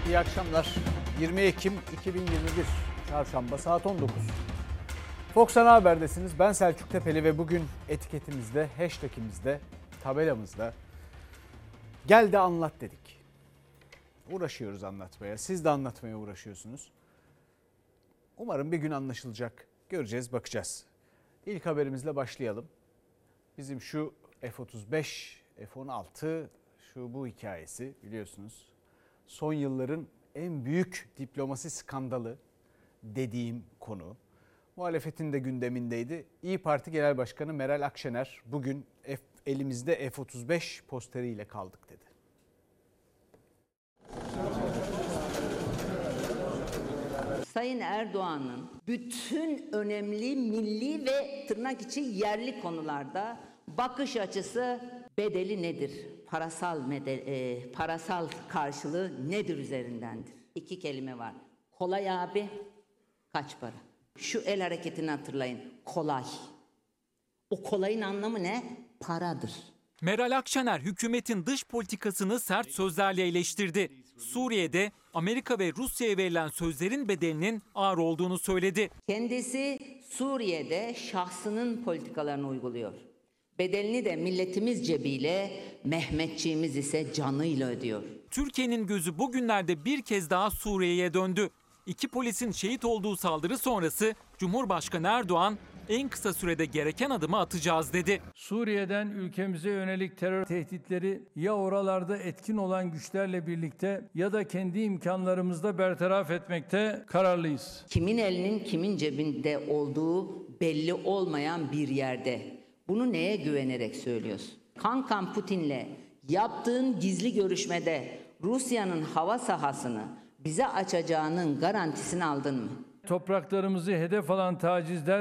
İyi akşamlar. 20 Ekim 2021 Çarşamba saat 19. Fox Ana Haber'desiniz. Ben Selçuk Tepeli ve bugün etiketimizde, hashtagimizde, tabelamızda gel de anlat dedik. Uğraşıyoruz anlatmaya. Siz de anlatmaya uğraşıyorsunuz. Umarım bir gün anlaşılacak. Göreceğiz, bakacağız. İlk haberimizle başlayalım. Bizim şu F-35, F-16 bu hikayesi biliyorsunuz. Son yılların en büyük diplomasi skandalı dediğim konu. Muhalefetin de gündemindeydi. İYİ Parti Genel Başkanı Meral Akşener bugün elimizde F-35 posteriyle kaldık dedi. Sayın Erdoğan'ın bütün önemli milli ve tırnak içi yerli konularda bakış açısı bedeli nedir? Parasal karşılığı nedir üzerindendir? İki kelime var. Kolay abi, kaç para? Şu el hareketini hatırlayın. Kolay. O kolayın anlamı ne? Paradır. Meral Akşener hükümetin dış politikasını sert sözlerle eleştirdi. Suriye'de Amerika ve Rusya'ya verilen sözlerin bedelinin ağır olduğunu söyledi. Kendisi Suriye'de şahsının politikalarını uyguluyor. Bedelini de milletimiz cebiyle, Mehmetçiğimiz ise canıyla ödüyor. Türkiye'nin gözü bugünlerde bir kez daha Suriye'ye döndü. 2 polisin şehit olduğu saldırı sonrası Cumhurbaşkanı Erdoğan en kısa sürede gereken adımı atacağız dedi. Suriye'den ülkemize yönelik terör tehditleri ya oralarda etkin olan güçlerle birlikte ya da kendi imkanlarımızla bertaraf etmekte kararlıyız. Kimin elinin kimin cebinde olduğu belli olmayan bir yerde. Bunu neye güvenerek söylüyorsun? Kankan Putin'le yaptığın gizli görüşmede Rusya'nın hava sahasını bize açacağının garantisini aldın mı? Topraklarımızı hedef alan tacizler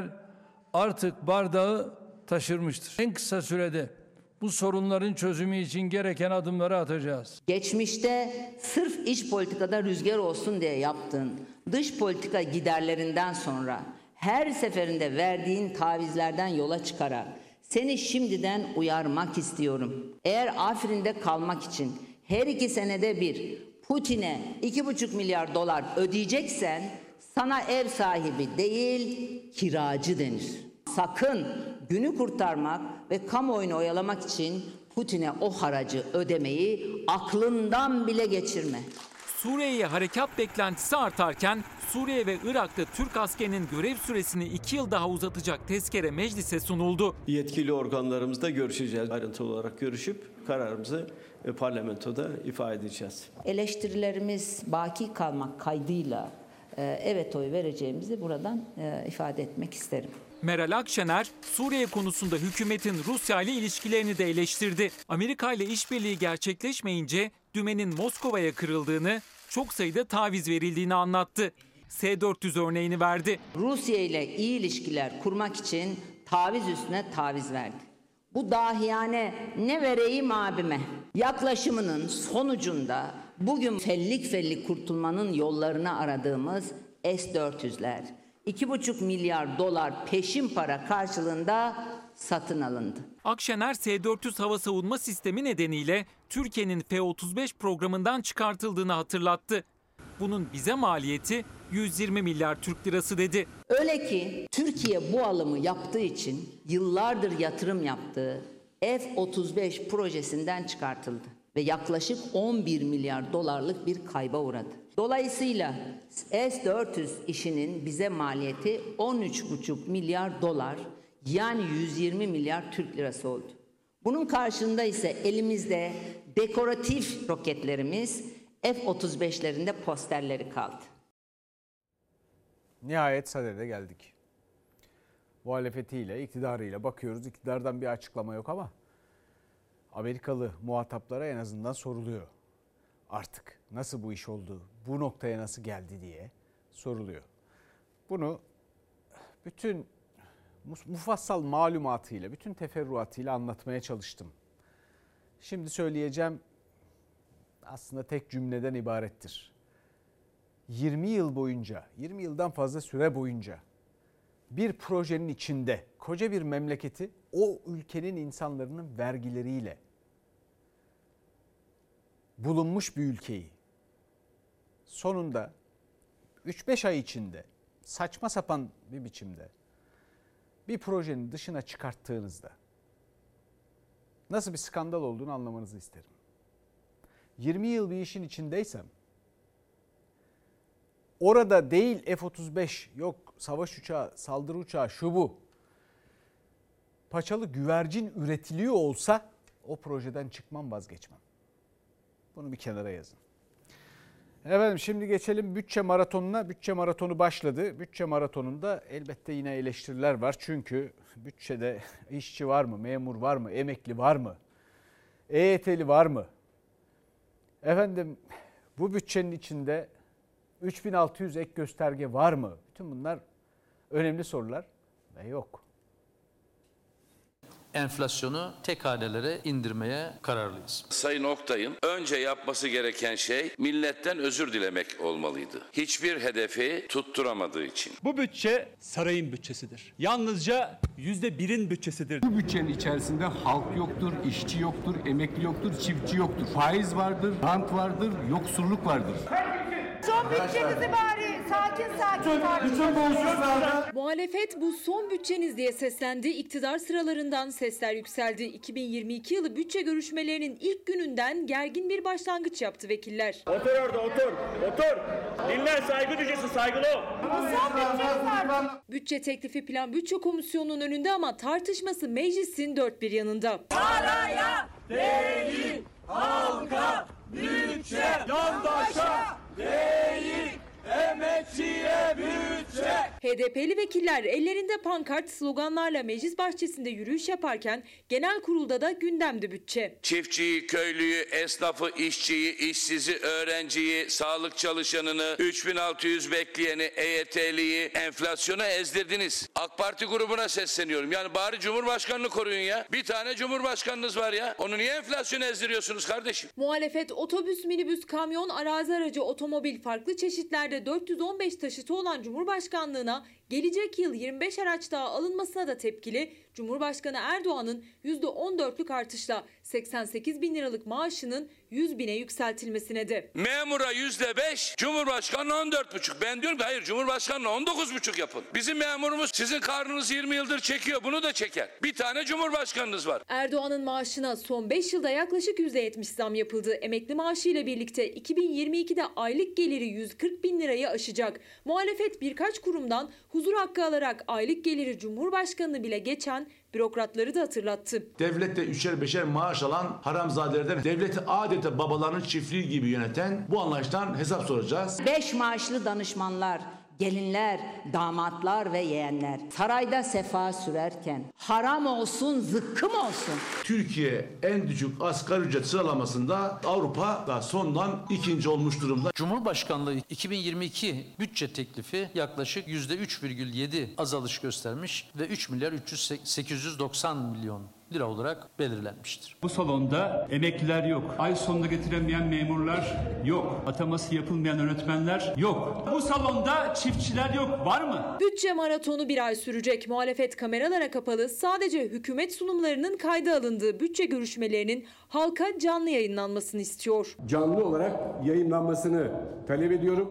artık bardağı taşırmıştır. En kısa sürede bu sorunların çözümü için gereken adımları atacağız. Geçmişte sırf iç politikada rüzgar olsun diye yaptığın dış politika giderlerinden sonra her seferinde verdiğin tavizlerden yola çıkarak seni şimdiden uyarmak istiyorum. Eğer Afrin'de kalmak için her 2 senede bir Putin'e 2,5 milyar dolar ödeyeceksen sana ev sahibi değil kiracı denir. Sakın günü kurtarmak ve kamuoyunu oyalamak için Putin'e o haracı ödemeyi aklından bile geçirme. Suriye'ye harekat beklentisi artarken Suriye ve Irak'ta Türk askerinin görev süresini 2 yıl daha uzatacak tezkere meclise sunuldu. Yetkili organlarımızla görüşeceğiz. Ayrıntılı olarak görüşüp kararımızı parlamentoda ifade edeceğiz. Eleştirilerimiz baki kalmak kaydıyla evet oy vereceğimizi buradan ifade etmek isterim. Meral Akşener, Suriye konusunda hükümetin Rusya ile ilişkilerini de eleştirdi. Amerika ile işbirliği gerçekleşmeyince dümenin Moskova'ya kırıldığını, çok sayıda taviz verildiğini anlattı. S-400 örneğini verdi. Rusya ile iyi ilişkiler kurmak için taviz üstüne taviz verdi. Bu dahiyane ne vereyim abime yaklaşımının sonucunda bugün fellik fellik kurtulmanın yollarını aradığımız S-400'ler 2,5 milyar dolar peşin para karşılığında satın alındı. Akşener S-400 hava savunma sistemi nedeniyle Türkiye'nin F-35 programından çıkartıldığını hatırlattı. Bunun bize maliyeti 120 milyar Türk lirası dedi. Öyle ki Türkiye bu alımı yaptığı için yıllardır yatırım yaptığı F-35 projesinden çıkartıldı ve yaklaşık 11 milyar dolarlık bir kayba uğradı. Dolayısıyla S-400 işinin bize maliyeti 13,5 milyar dolar yani 120 milyar Türk lirası oldu. Bunun karşılığında ise elimizde dekoratif roketlerimiz F-35'lerinde posterleri kaldı. Nihayet sadede geldik. Muhalefetiyle, iktidarıyla bakıyoruz. İktidardan bir açıklama yok ama Amerikalı muhataplara en azından soruluyor. Artık nasıl bu iş oldu, bu noktaya nasıl geldi diye soruluyor. Bunu bütün mufassal malumatıyla, bütün teferruatıyla anlatmaya çalıştım. Şimdi söyleyeceğim aslında tek cümleden ibarettir. 20 yıl boyunca, 20 yıldan fazla süre boyunca bir projenin içinde koca bir memleketi o ülkenin insanların vergileriyle bulunmuş bir ülkeyi sonunda 3-5 ay içinde saçma sapan bir biçimde bir projenin dışına çıkarttığınızda nasıl bir skandal olduğunu anlamanızı isterim. 20 yıl bir işin içindeysem orada değil F-35, yok savaş uçağı, saldırı uçağı, şu bu. Paçalı güvercin üretiliyor olsa o projeden çıkmam, vazgeçmem. Bunu bir kenara yazın. Efendim şimdi geçelim bütçe maratonuna. Bütçe maratonu başladı. Bütçe maratonunda elbette yine eleştiriler var. Çünkü bütçede işçi var mı, memur var mı, emekli var mı, EYT'li var mı? Efendim bu bütçenin içinde 3600 ek gösterge var mı? Bütün bunlar önemli sorular ve yok. Enflasyonu tek hanelere indirmeye kararlıyız. Sayın Oktay'ın önce yapması gereken şey milletten özür dilemek olmalıydı. Hiçbir hedefi tutturamadığı için. Bu bütçe sarayın bütçesidir. Yalnızca %1'in bütçesidir. Bu bütçenin içerisinde halk yoktur, işçi yoktur, emekli yoktur, çiftçi yoktur. Faiz vardır, rant vardır, yoksulluk vardır. Son bütçenizi bari sakin tartışın. Muhalefet bu son bütçeniz diye seslendi. İktidar sıralarından sesler yükseldi. 2022 yılı bütçe görüşmelerinin ilk gününden gergin bir başlangıç yaptı vekiller. Otur orada, otur. Dinle, saygı duyuyorsun, saygılı ol. Son bütçeniz var. Bütçe teklifi Plan Bütçe Komisyonu'nun önünde ama tartışması meclisin dört bir yanında. Saraya değil, halka, bütçe, yandaşa değil, emekçiye bütçe. HDP'li vekiller ellerinde pankart, sloganlarla meclis bahçesinde yürüyüş yaparken genel kurulda da gündemdi bütçe. Çiftçiyi, köylüyü, esnafı, işçiyi, işsizi, öğrenciyi, sağlık çalışanını, 3600 bekleyeni, EYT'liyi enflasyona ezdirdiniz. AK Parti grubuna sesleniyorum. Yani bari Cumhurbaşkanını koruyun ya. Bir tane Cumhurbaşkanınız var ya. Onu niye enflasyona ezdiriyorsunuz kardeşim? Muhalefet otobüs, minibüs, kamyon, arazi aracı, otomobil farklı çeşitlerde 415 taşıtı olan Cumhurbaşkanlığına gelecek yıl 25 araç daha alınmasına da tepkili. Cumhurbaşkanı Erdoğan'ın %14'lük artışla 88 bin liralık maaşının 100 bine yükseltilmesine de. Memura %5, Cumhurbaşkanı 14,5. Ben diyorum ki hayır, Cumhurbaşkanı 19,5 yapın. Bizim memurumuz sizin karnınızı 20 yıldır çekiyor, bunu da çeker. Bir tane Cumhurbaşkanınız var. Erdoğan'ın maaşına son 5 yılda yaklaşık %70 zam yapıldı. Emekli maaşı ile birlikte 2022'de aylık geliri 140 bin lirayı aşacak. Muhalefet birkaç kurumdan huzur hakkı alarak aylık geliri Cumhurbaşkanını bile geçen bürokratları da hatırlattı. Devlette 3'er 5'er maaş alan haramzadelerden devleti adeta babalarının çiftliği gibi yöneten bu anlayıştan hesap soracağız. 5 maaşlı danışmanlar, gelinler, damatlar ve yeğenler sarayda sefa sürerken haram olsun, zıkkım olsun. Türkiye en düşük asgari ücret sıralamasında Avrupa'da sondan ikinci olmuş durumda. Cumhurbaşkanlığı 2022 bütçe teklifi yaklaşık %3,7 azalış göstermiş ve 3 milyar 890 milyon lira olarak belirlenmiştir. Bu salonda emekliler yok. Ay sonunu getiremeyen memurlar yok. Ataması yapılmayan öğretmenler yok. Bu salonda çiftçiler yok. Var mı? Bütçe maratonu bir ay sürecek. Muhalefet kameralara kapalı, sadece hükümet sunumlarının kayda alındığı bütçe görüşmelerinin halka canlı yayınlanmasını istiyor. Canlı olarak yayınlanmasını talep ediyorum.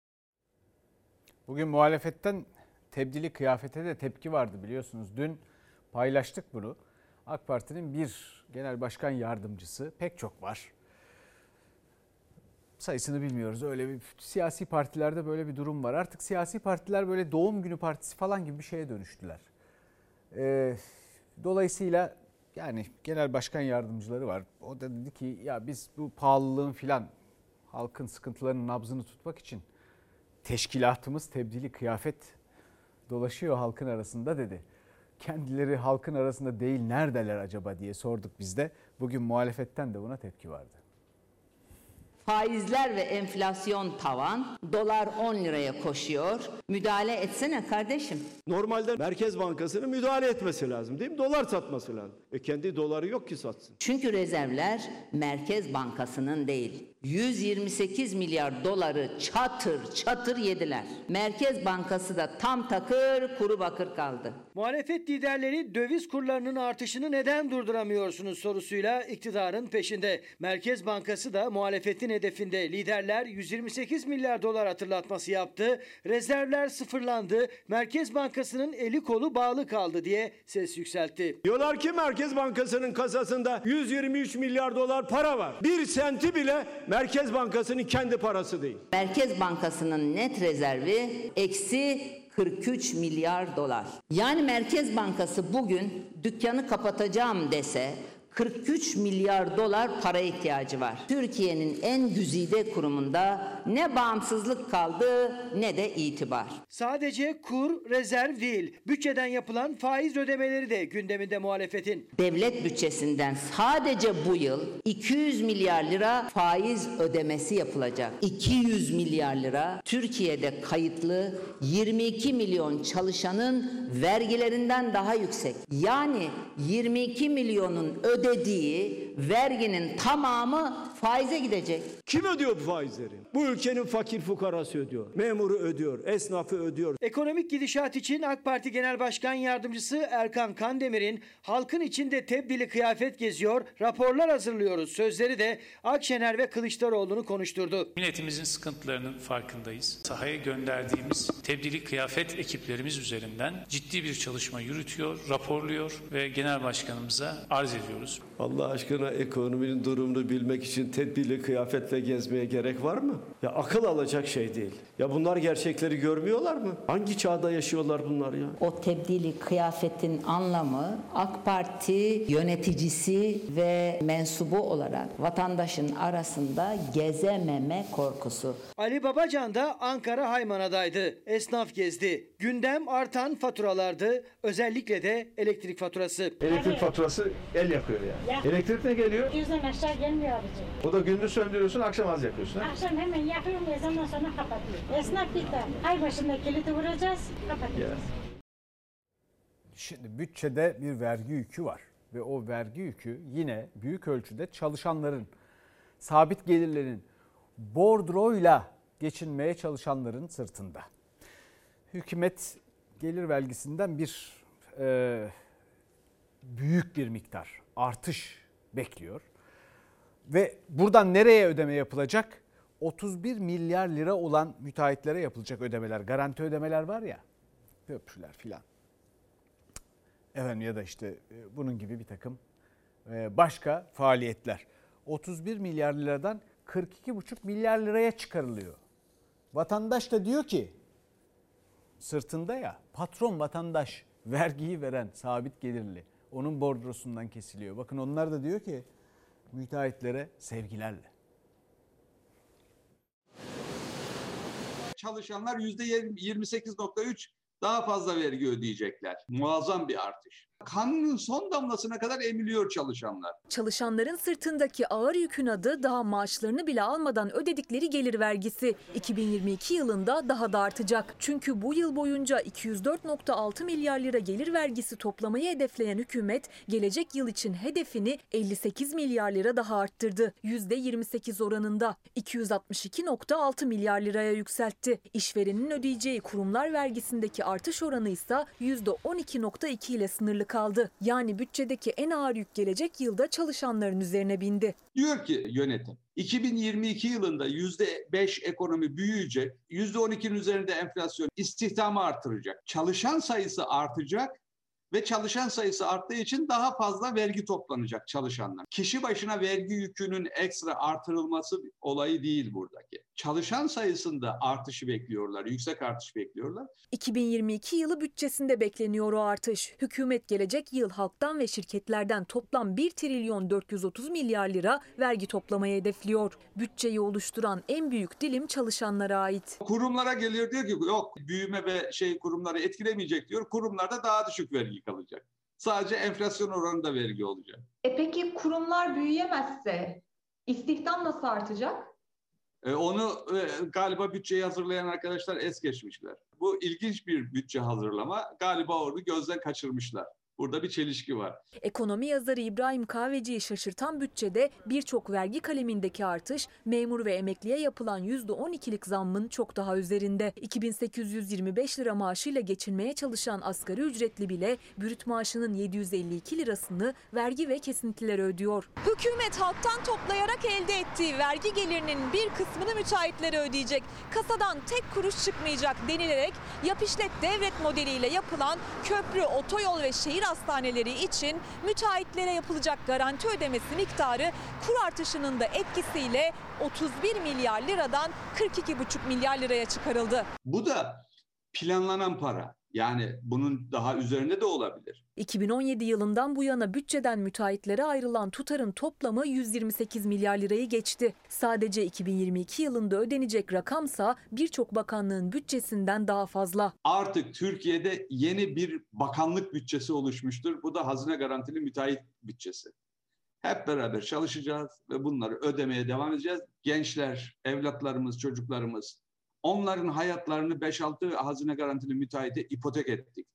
Bugün muhalefetten tebdili kıyafete de tepki vardı biliyorsunuz. Dün paylaştık bunu. AK Parti'nin bir genel başkan yardımcısı, pek çok var. Sayısını bilmiyoruz. Öyle bir siyasi partilerde böyle bir durum var. Artık siyasi partiler böyle doğum günü partisi falan gibi bir şeye dönüştüler. Dolayısıyla yani genel başkan yardımcıları var. O da dedi ki ya biz bu pahalılığın filan halkın sıkıntılarının nabzını tutmak için teşkilatımız tebdili kıyafet dolaşıyor halkın arasında dedi. Kendileri halkın arasında değil, neredeler acaba diye sorduk biz de. Bugün muhalefetten de buna tepki vardı. Faizler ve enflasyon tavan, dolar 10 liraya koşuyor. Müdahale etsene kardeşim. Normalde Merkez Bankası'nın müdahale etmesi lazım değil mi? Dolar satması lazım. Kendi doları yok ki satsın. Çünkü rezervler Merkez Bankası'nın değil. 128 milyar doları çatır çatır yediler. Merkez Bankası da tam takır kuru bakır kaldı. Muhalefet liderleri döviz kurlarının artışını neden durduramıyorsunuz sorusuyla iktidarın peşinde. Merkez Bankası da muhalefetin hedefinde liderler 128 milyar dolar hatırlatması yaptı. Rezervler sıfırlandı. Merkez Bankası'nın eli kolu bağlı kaldı diye ses yükseltti. Diyorlar ki Merkez Bankası'nın kasasında 123 milyar dolar para var. Bir senti bile Merkez Bankası'nın kendi parası değil. Merkez Bankası'nın net rezervi eksi 43 milyar dolar. Yani Merkez Bankası bugün dükkanı kapatacağım dese 43 milyar dolar para ihtiyacı var. Türkiye'nin en güzide kurumunda ne bağımsızlık kaldı ne de itibar. Sadece kur, rezerv değil, bütçeden yapılan faiz ödemeleri de gündeminde muhalefetin. Devlet bütçesinden sadece bu yıl 200 milyar lira faiz ödemesi yapılacak. 200 milyar lira Türkiye'de kayıtlı 22 milyon çalışanın vergilerinden daha yüksek. Yani 22 milyonun ödediği verginin tamamı faize gidecek. Kim ödüyor bu faizleri? Bu ülkenin fakir fukarası ödüyor. Memuru ödüyor, esnafı ödüyor. Ekonomik gidişat için AK Parti Genel Başkan Yardımcısı Erkan Kandemir'in halkın içinde tebdili kıyafet geziyor, raporlar hazırlıyoruz sözleri de Akşener ve Kılıçdaroğlu'nu konuşturdu. Milletimizin sıkıntılarının farkındayız. Sahaya gönderdiğimiz tebdili kıyafet ekiplerimiz üzerinden ciddi bir çalışma yürütüyor, raporluyor ve Genel Başkanımıza arz ediyoruz. Allah aşkına ekonominin durumunu bilmek için tedbirli kıyafetle gezmeye gerek var mı? Ya akıl alacak şey değil. Ya bunlar gerçekleri görmüyorlar mı? Hangi çağda yaşıyorlar bunlar ya? O tebdili kıyafetin anlamı AK Parti yöneticisi ve mensubu olarak vatandaşın arasında gezememe korkusu. Ali Babacan da Ankara Haymana'daydı. Esnaf gezdi. Gündem artan faturalardı. Özellikle de elektrik faturası. Elektrik faturası el yakıyor yani. Elektrik ne geliyor? 200'den aşağı gelmiyor abicim. O da gündüz söndürüyorsun, akşam az yakıyorsun. Ha? Akşam hemen yakıyorum, ezandan sonra kapatıyor. Esnaf bitti. Ay başında kilidi vuracağız, kapatacağız. Şimdi bütçede bir vergi yükü var ve o vergi yükü yine büyük ölçüde çalışanların, sabit gelirlerin, bordroyla geçinmeye çalışanların sırtında. Hükümet gelir vergisinden büyük bir miktar artış bekliyor. Ve buradan nereye ödeme yapılacak? 31 milyar lira olan müteahhitlere yapılacak ödemeler, garanti ödemeler var ya, köprüler filan. Efendim ya da işte bunun gibi bir takım başka faaliyetler. 31 milyar liradan 42,5 milyar liraya çıkarılıyor. Vatandaş da diyor ki sırtında ya, patron vatandaş, vergiyi veren sabit gelirli, onun bordrosundan kesiliyor. Bakın onlar da diyor ki müteahhitlere sevgilerle. Çalışanlar %28.3 daha fazla vergi ödeyecekler. Muazzam bir artış. Kanunun son damlasına kadar emiliyor çalışanlar. Çalışanların sırtındaki ağır yükün adı daha maaşlarını bile almadan ödedikleri gelir vergisi. 2022 yılında daha da artacak. Çünkü bu yıl boyunca 204,6 milyar lira gelir vergisi toplamayı hedefleyen hükümet gelecek yıl için hedefini 58 milyar lira daha arttırdı. %28 oranında 262,6 milyar liraya yükseltti. İşverenin ödeyeceği kurumlar vergisindeki artış oranı ise %12,2 ile sınırlı kaldı. Yani bütçedeki en ağır yük gelecek yılda çalışanların üzerine bindi. Diyor ki yönetim, 2022 yılında %5 ekonomi büyüyecek, %12'nin üzerinde enflasyon istihdamı artıracak. Çalışan sayısı artacak ve çalışan sayısı arttığı için daha fazla vergi toplanacak çalışanlar. Kişi başına vergi yükünün ekstra artırılması olayı değil buradaki. Çalışan sayısında artışı bekliyorlar, yüksek artış bekliyorlar. 2022 yılı bütçesinde bekleniyor o artış. Hükümet gelecek yıl halktan ve şirketlerden toplam 1 trilyon 430 milyar lira vergi toplamayı hedefliyor. Bütçeyi oluşturan en büyük dilim çalışanlara ait. Kurumlara geliyor diyor ki yok büyüme ve kurumları etkilemeyecek diyor. Kurumlarda daha düşük vergi kalacak. Sadece enflasyon oranında vergi olacak. Peki kurumlar büyüyemezse istihdam nasıl artacak? Onu galiba bütçeyi hazırlayan arkadaşlar es geçmişler. Bu ilginç bir bütçe hazırlama. Galiba onu gözden kaçırmışlar. Burada bir çelişki var. Ekonomi yazarı İbrahim Kahveci'yi şaşırtan bütçede birçok vergi kalemindeki artış memur ve emekliye yapılan %12'lik zammın çok daha üzerinde. 2825 lira maaşıyla geçinmeye çalışan asgari ücretli bile brüt maaşının 752 lirasını vergi ve kesintilere ödüyor. Hükümet halktan toplayarak elde ettiği vergi gelirinin bir kısmını müteahhitlere ödeyecek. Kasadan tek kuruş çıkmayacak denilerek yap işlet devlet modeliyle yapılan köprü, otoyol ve şehir hastaneleri için müteahhitlere yapılacak garanti ödemesi miktarı kur artışının da etkisiyle 31 milyar liradan 42,5 milyar liraya çıkarıldı. Bu da planlanan para. Yani bunun daha üzerinde de olabilir. 2017 yılından bu yana bütçeden müteahhitlere ayrılan tutarın toplamı 128 milyar lirayı geçti. Sadece 2022 yılında ödenecek rakamsa birçok bakanlığın bütçesinden daha fazla. Artık Türkiye'de yeni bir bakanlık bütçesi oluşmuştur. Bu da hazine garantili müteahhit bütçesi. Hep beraber çalışacağız ve bunları ödemeye devam edeceğiz. Gençler, evlatlarımız, çocuklarımız, onların hayatlarını 5-6 hazine garantili müteahhite ipotek ettik.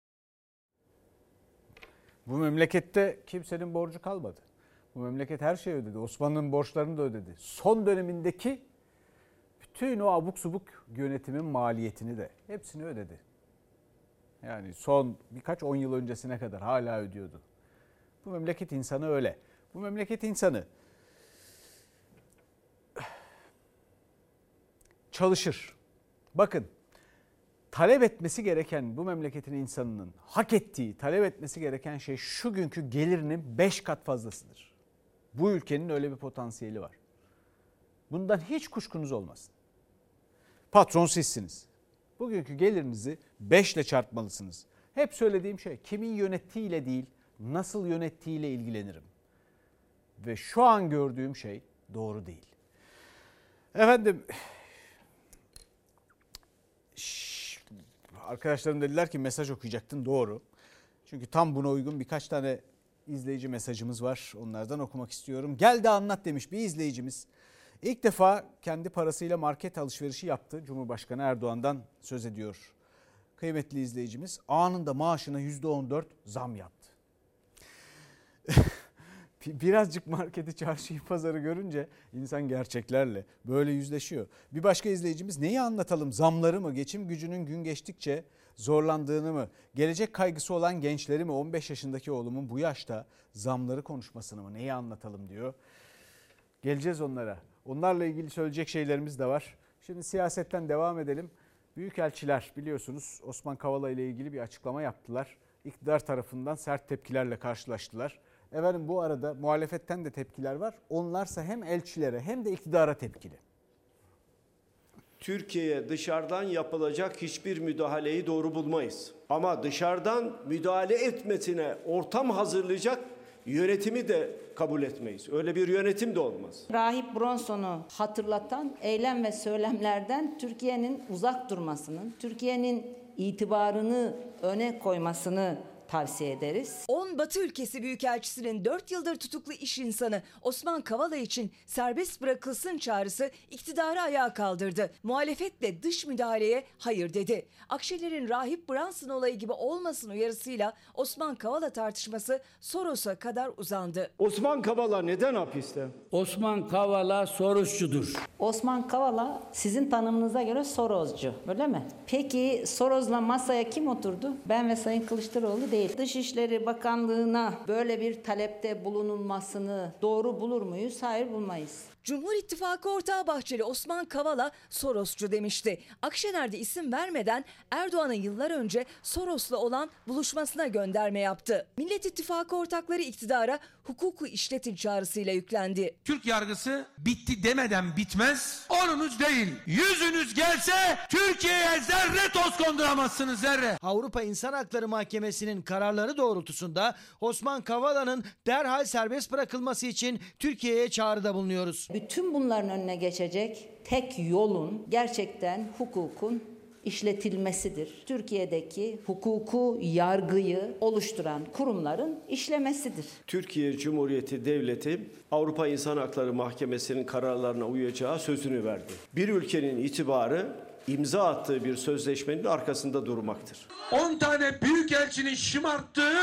Bu memlekette kimsenin borcu kalmadı. Bu memleket her şeyi ödedi. Osmanlı'nın borçlarını da ödedi. Son dönemindeki bütün o abuk subuk yönetimin maliyetini de hepsini ödedi. Yani son birkaç 10 yıl öncesine kadar hala ödüyordu. Bu memleket insanı öyle. Bu memleket insanı çalışır. Bakın, talep etmesi gereken, bu memleketin insanının hak ettiği, talep etmesi gereken şey şu günkü gelirinin 5 kat fazlasıdır. Bu ülkenin öyle bir potansiyeli var. Bundan hiç kuşkunuz olmasın. Patron sizsiniz. Bugünkü gelirinizi 5 ile çarpmalısınız. Hep söylediğim şey, kimin yönettiğiyle değil, nasıl yönettiğiyle ilgilenirim. Ve şu an gördüğüm şey doğru değil. Efendim, arkadaşlarım dediler ki mesaj okuyacaktın, doğru. Çünkü tam buna uygun birkaç tane izleyici mesajımız var. Onlardan okumak istiyorum. Gel de anlat demiş bir izleyicimiz. İlk defa kendi parasıyla market alışverişi yaptı. Cumhurbaşkanı Erdoğan'dan söz ediyor kıymetli izleyicimiz. Anında maaşına %14 zam yaptı. Birazcık marketi, çarşıyı, pazarı görünce insan gerçeklerle böyle yüzleşiyor. Bir başka izleyicimiz, neyi anlatalım, zamları mı, geçim gücünün gün geçtikçe zorlandığını mı, gelecek kaygısı olan gençleri mi, 15 yaşındaki oğlumun bu yaşta zamları konuşmasını mı, neyi anlatalım diyor. Geleceğiz onlara. Onlarla ilgili söyleyecek şeylerimiz de var. Şimdi siyasetten devam edelim. Büyükelçiler biliyorsunuz Osman Kavala ile ilgili bir açıklama yaptılar. İktidar tarafından sert tepkilerle karşılaştılar. Efendim bu arada muhalefetten de tepkiler var. Onlarsa hem elçilere hem de iktidara tepkili. Türkiye'ye dışarıdan yapılacak hiçbir müdahaleyi doğru bulmayız. Ama dışarıdan müdahale etmesine ortam hazırlayacak yönetimi de kabul etmeyiz. Öyle bir yönetim de olmaz. Rahip Bronson'u hatırlatan eylem ve söylemlerden Türkiye'nin uzak durmasının, Türkiye'nin itibarını öne koymasını tavsiye ederiz. 10 Batı ülkesi büyükelçisinin 4 yıldır tutuklu iş insanı Osman Kavala için serbest bırakılsın çağrısı iktidarı ayağa kaldırdı. Muhalefet de dış müdahaleye hayır dedi. Akşener'in Rahip Brunson olayı gibi olmasın uyarısıyla Osman Kavala tartışması Soros'a kadar uzandı. Osman Kavala neden hapiste? Osman Kavala Sorosçudur. Osman Kavala sizin tanımınıza göre Soroscu, öyle mi? Peki Soros'la masaya kim oturdu? Ben ve Sayın Kılıçdaroğlu değil. Dışişleri Bakanlığı'na böyle bir talepte bulunulmasını doğru bulur muyuz? Hayır, bulmayız. Cumhur İttifakı ortağı Bahçeli Osman Kavala Sorosçu demişti. Akşener de isim vermeden Erdoğan'ın yıllar önce Soros'la olan buluşmasına gönderme yaptı. Millet İttifakı ortakları iktidara hukuku işletin çağrısıyla yüklendi. Türk yargısı bitti demeden bitmez. Onunuz değil, yüzünüz gelse Türkiye'ye zerre toz konduramazsınız, zerre. Avrupa İnsan Hakları Mahkemesi'nin kararları doğrultusunda Osman Kavala'nın derhal serbest bırakılması için Türkiye'ye çağrıda bulunuyoruz. Bütün bunların önüne geçecek tek yolun gerçekten hukukun işletilmesidir. Türkiye'deki hukuku, yargıyı oluşturan kurumların işlemesidir. Türkiye Cumhuriyeti Devleti Avrupa İnsan Hakları Mahkemesi'nin kararlarına uyacağı sözünü verdi. Bir ülkenin itibarı imza attığı bir sözleşmenin arkasında durmaktır. 10 tane büyükelçinin şımarttığı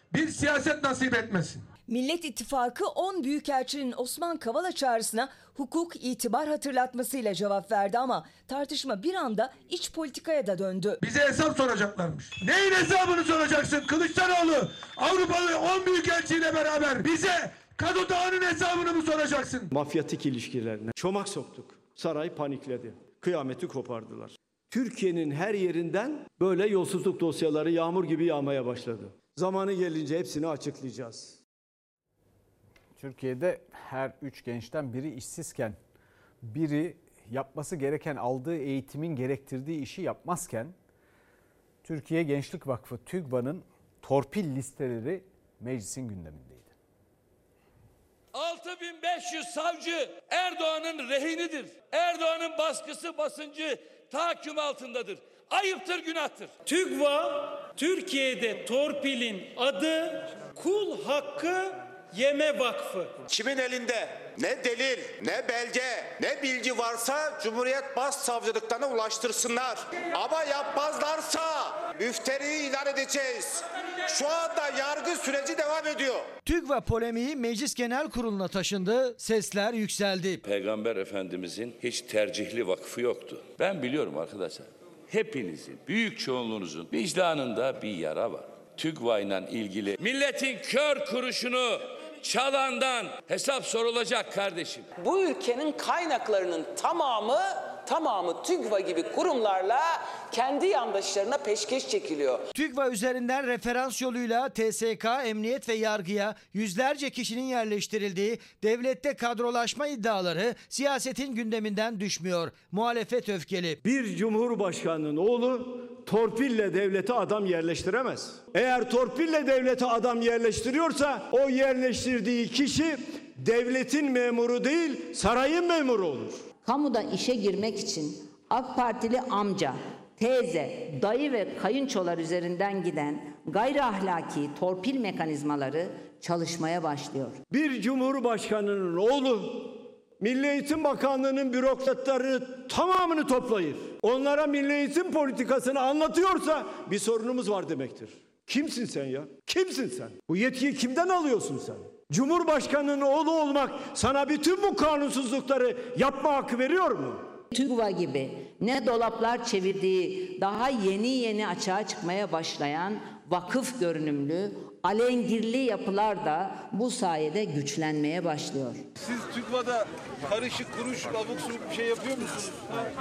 bir siyaset nasip etmesin. Millet İttifakı 10 büyükelçinin Osman Kavala çağrısına hukuk, itibar hatırlatmasıyla cevap verdi ama tartışma bir anda iç politikaya da döndü. Bize hesap soracaklarmış. Neyin hesabını soracaksın Kılıçdaroğlu? Avrupalı 10 büyükelçiyle beraber bize Kado Dağı'nın hesabını mı soracaksın? Mafyatik ilişkilerine çomak soktuk. Saray panikledi. Kıyameti kopardılar. Türkiye'nin her yerinden böyle yolsuzluk dosyaları yağmur gibi yağmaya başladı. Zamanı gelince hepsini açıklayacağız. Türkiye'de her 3 gençten biri işsizken, biri yapması gereken aldığı eğitimin gerektirdiği işi yapmazken, Türkiye Gençlik Vakfı TÜGVA'nın torpil listeleri meclisin gündemindeydi. 6500 savcı Erdoğan'ın rehinidir. Erdoğan'ın baskısı, basıncı tahakküm altındadır. Ayıptır, günahtır. TÜGVA, Türkiye'de torpilin adı Kul Hakkı Yeme Vakfı. Kimin elinde ne delil, ne belge, ne bilgi varsa Cumhuriyet Başsavcılıklarına ulaştırsınlar. Ama yapmazlarsa müfteriyi ilan edeceğiz. Şu anda yargı süreci devam ediyor. TÜGVA polemiği Meclis Genel Kurulu'na taşındı, sesler yükseldi. Peygamber Efendimizin hiç tercihli vakfı yoktu. Ben biliyorum arkadaşlar. Hepinizin, büyük çoğunluğunuzun vicdanında bir yara var. TÜGVA ile ilgili milletin kör kuruşunu çalandan hesap sorulacak kardeşim. Bu ülkenin kaynaklarının tamamı TÜGVA gibi kurumlarla kendi yandaşlarına peşkeş çekiliyor. TÜGVA üzerinden referans yoluyla TSK, emniyet ve yargıya yüzlerce kişinin yerleştirildiği devlette kadrolaşma iddiaları siyasetin gündeminden düşmüyor. Muhalefet öfkeli. Bir cumhurbaşkanının oğlu torpille devlete adam yerleştiremez. Eğer torpille devlete adam yerleştiriyorsa o yerleştirdiği kişi devletin memuru değil, sarayın memuru olur. Kamuda işe girmek için AK Partili amca, teyze, dayı ve kayınçolar üzerinden giden gayri ahlaki torpil mekanizmaları çalışmaya başlıyor. Bir cumhurbaşkanının oğlu Milli Eğitim Bakanlığı'nın bürokratlarını tamamını toplayır. Onlara milli eğitim politikasını anlatıyorsa bir sorunumuz var demektir. Kimsin sen ya? Kimsin sen? Bu yetkiyi kimden alıyorsun sen? Cumhurbaşkanının oğlu olmak sana bütün bu kanunsuzlukları yapma hakkı veriyor mu? TÜGVA gibi ne dolaplar çevirdiği, daha yeni açığa çıkmaya başlayan vakıf görünümlü, alengirli yapılar da bu sayede güçlenmeye başlıyor. Siz TÜGVA'da karışık kuruş abuk subuk bir şey yapıyor musunuz?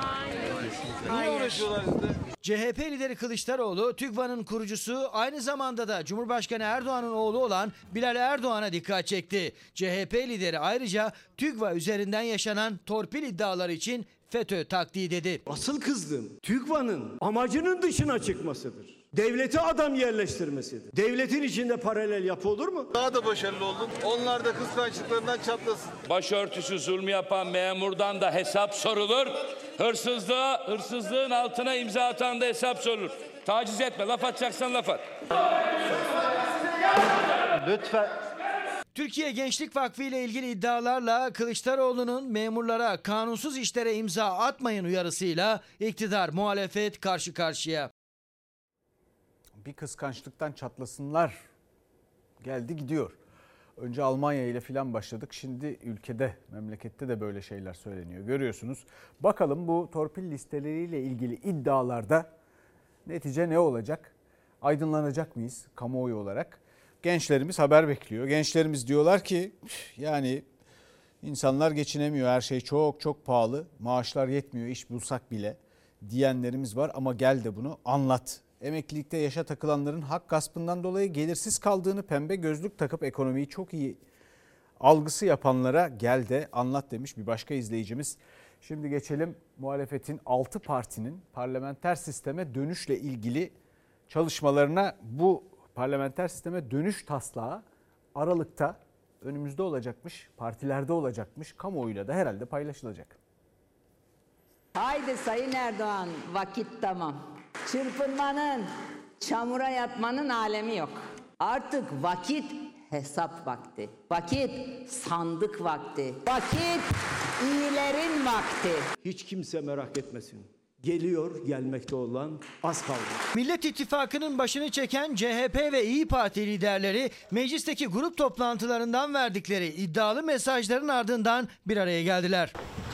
Niye uğraşıyorlar sizde? CHP lideri Kılıçdaroğlu, TÜGVA'nın kurucusu, aynı zamanda da Cumhurbaşkanı Erdoğan'ın oğlu olan Bilal Erdoğan'a dikkat çekti. CHP lideri ayrıca TÜGVA üzerinden yaşanan torpil iddiaları için FETÖ taktiği dedi. Asıl kızdığım TÜGVA'nın amacının dışına çıkmasıdır. Devlete adam yerleştirmesidir. Devletin içinde paralel yapı olur mu? Daha da başarılı oldun. Onlar da kıskançlıklarından çatlasın. Başörtüsü zulmü yapan memurdan da hesap sorulur. Hırsızlığın altına imza atan da hesap sorulur. Taciz etme, laf atacaksan laf at. Lütfen. Türkiye Gençlik Vakfı ile ilgili iddialarla Kılıçdaroğlu'nun memurlara kanunsuz işlere imza atmayın uyarısıyla iktidar muhalefet karşı karşıya. Bir kıskançlıktan çatlasınlar geldi gidiyor. Önce Almanya ile filan başladık. Şimdi ülkede, memlekette de böyle şeyler söyleniyor. Görüyorsunuz. Bakalım bu torpil listeleriyle ilgili iddialarda netice ne olacak? Aydınlanacak mıyız kamuoyu olarak? Gençlerimiz haber bekliyor. Gençlerimiz diyorlar ki yani insanlar geçinemiyor. Her şey çok pahalı. Maaşlar yetmiyor iş bulsak bile diyenlerimiz var. Ama gel de bunu anlat. Emeklilikte yaşa takılanların hak gaspından dolayı gelirsiz kaldığını pembe gözlük takıp ekonomiyi çok iyi algısı yapanlara gel de anlat demiş bir başka izleyicimiz. Şimdi geçelim muhalefetin 6 partinin parlamenter sisteme dönüşle ilgili çalışmalarına. Bu parlamenter sisteme dönüş taslağı Aralık'ta önümüzde olacakmış, partilerde olacakmış, kamuoyuyla da herhalde paylaşılacak. Haydi Sayın Erdoğan, vakit tamam. Çırpınmanın, çamura yatmanın alemi yok. Artık vakit hesap vakti. Vakit sandık vakti. Vakit iyilerin vakti. Hiç kimse merak etmesin. geliyor, gelmekte olan az kaldı. Millet İttifakı'nın başını çeken CHP ve İYİ Parti liderleri meclisteki grup toplantılarından verdikleri iddialı mesajların ardından bir araya geldiler.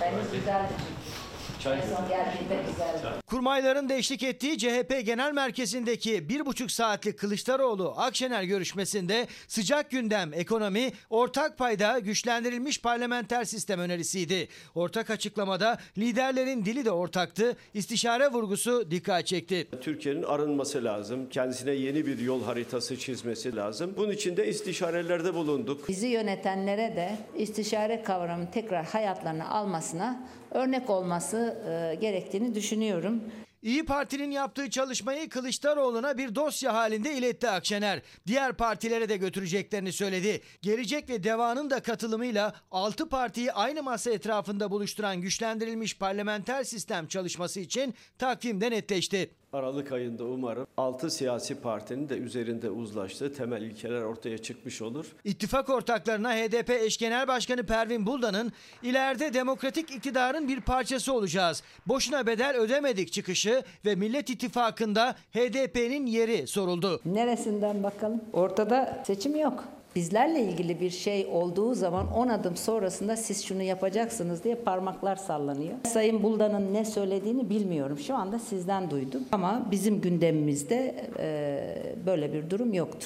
Kurmayların da eşlik ettiği CHP Genel Merkezi'ndeki 1,5 saatlik Kılıçdaroğlu-Akşener görüşmesinde sıcak gündem ekonomi, ortak payda güçlendirilmiş parlamenter sistem önerisiydi. Ortak açıklamada liderlerin dili de ortaktı, istişare vurgusu dikkat çekti. Türkiye'nin arınması lazım, kendisine yeni bir yol haritası çizmesi lazım. Bunun için de istişarelerde bulunduk. Bizi yönetenlere de istişare kavramını tekrar hayatlarına almasına örnek olması gerektiğini düşünüyorum. İYİ Parti'nin yaptığı çalışmayı Kılıçdaroğlu'na bir dosya halinde iletti Akşener. Diğer partilere de götüreceklerini söyledi. Gelecek ve DEVA'nın da katılımıyla 6 partiyi aynı masa etrafında buluşturan güçlendirilmiş parlamenter sistem çalışması için takvim de netleşti. Aralık ayında umarım 6 siyasi partinin de üzerinde uzlaştığı temel ilkeler ortaya çıkmış olur. İttifak ortaklarına HDP eş genel başkanı Pervin Buldan'ın ileride demokratik iktidarın bir parçası olacağız, boşuna bedel ödemedik çıkışı ve Millet İttifakı'nda HDP'nin yeri soruldu. Neresinden bakalım? Ortada seçim yok. Bizlerle ilgili bir şey olduğu zaman 10 adım sonrasında siz şunu yapacaksınız diye parmaklar sallanıyor. Sayın Buldan'ın ne söylediğini bilmiyorum. Şu anda sizden duydum. Ama bizim gündemimizde böyle bir durum yoktur.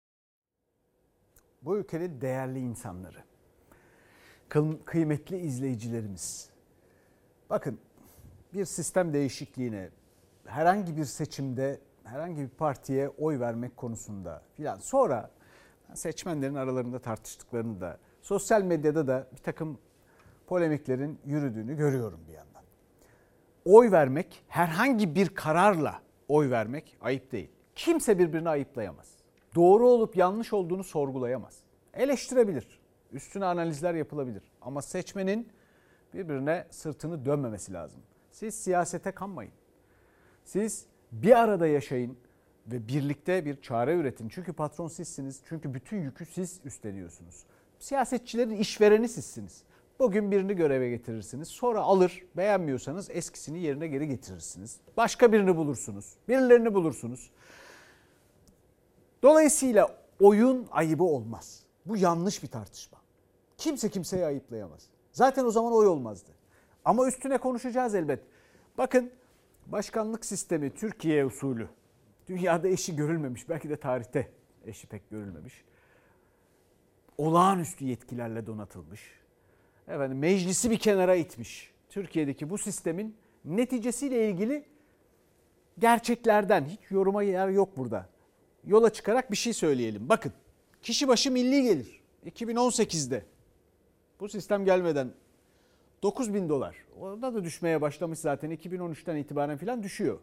Bu ülkenin değerli insanları, kıymetli izleyicilerimiz. Bakın, bir sistem değişikliğine, herhangi bir seçimde herhangi bir partiye oy vermek konusunda filan sonra seçmenlerin aralarında tartıştıklarını da, sosyal medyada da bir takım polemiklerin yürüdüğünü görüyorum bir yandan. Oy vermek, herhangi bir kararla oy vermek ayıp değil. Kimse birbirini ayıplayamaz. Doğru olup yanlış olduğunu sorgulayamaz. Eleştirebilir, üstüne analizler yapılabilir. Ama seçmenin birbirine sırtını dönmemesi lazım. Siz siyasete kanmayın. Siz bir arada yaşayın ve birlikte bir çare üretin. Çünkü patron sizsiniz. Çünkü bütün yükü siz üstleniyorsunuz. Siyasetçilerin işvereni sizsiniz. Bugün birini göreve getirirsiniz. Sonra alır, beğenmiyorsanız eskisini yerine geri getirirsiniz. Başka birini bulursunuz. Birilerini bulursunuz. Dolayısıyla oyun ayıbı olmaz. Bu yanlış bir tartışma. Kimse kimseyi ayıplayamaz. Zaten o zaman oy olmazdı. Ama üstüne konuşacağız elbet. Bakın, başkanlık sistemi Türkiye usulü. Dünyada eşi görülmemiş, belki de tarihte eşi pek görülmemiş. Olağanüstü yetkilerle donatılmış. Meclisi bir kenara itmiş. Türkiye'deki bu sistemin neticesiyle ilgili gerçeklerden hiç yoruma yer yok burada. Yola çıkarak bir şey söyleyelim. Bakın, kişi başı milli gelir 2018'de bu sistem gelmeden $9.000. Orada da düşmeye başlamış zaten, 2013'ten itibaren filan düşüyor.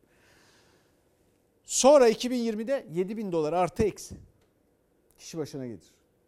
Sonra 2020'de $7.000 artı eksi kişi başına gelir.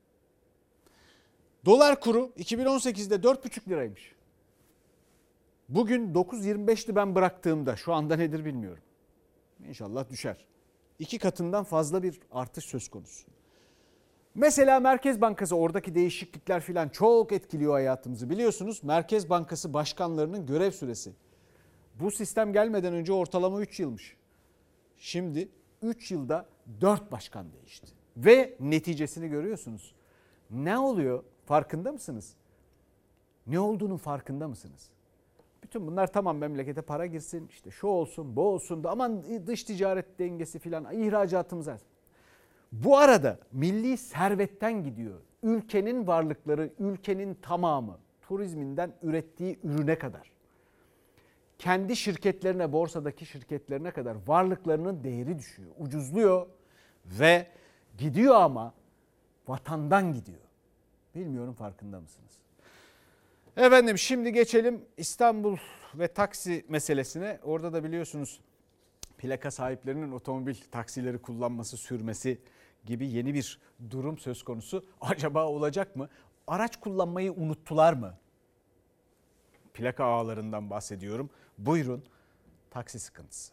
Dolar kuru 2018'de 4,5 liraymış. Bugün 9.25'ti ben bıraktığımda, şu anda nedir bilmiyorum. İnşallah düşer. 2 katından fazla bir artış söz konusu. Mesela Merkez Bankası, oradaki değişiklikler filan çok etkiliyor hayatımızı. Biliyorsunuz Merkez Bankası başkanlarının görev süresi. Bu sistem gelmeden önce ortalama 3 yılmış. Şimdi 3 yılda 4 başkan değişti. Ve neticesini görüyorsunuz. Ne oluyor? Farkında mısınız? Ne olduğunun farkında mısınız? Bütün bunlar tamam, memlekete para girsin, işte şu olsun, bu olsun da aman dış ticaret dengesi filan, ihracatımız az. Bu arada milli servetten gidiyor. Ülkenin varlıkları, ülkenin tamamı, turizminden ürettiği ürüne kadar, kendi şirketlerine, borsadaki şirketlerine kadar varlıklarının değeri düşüyor, ucuzluyor ve gidiyor, ama vatandan gidiyor. Bilmiyorum, farkında mısınız? Efendim, şimdi geçelim İstanbul ve taksi meselesine. Orada da biliyorsunuz plaka sahiplerinin otomobil taksileri kullanması, sürmesi gibi yeni bir durum söz konusu. Acaba olacak mı? Araç kullanmayı unuttular mı? Plaka ağlarından bahsediyorum. Buyurun, taksi sıkıntısı.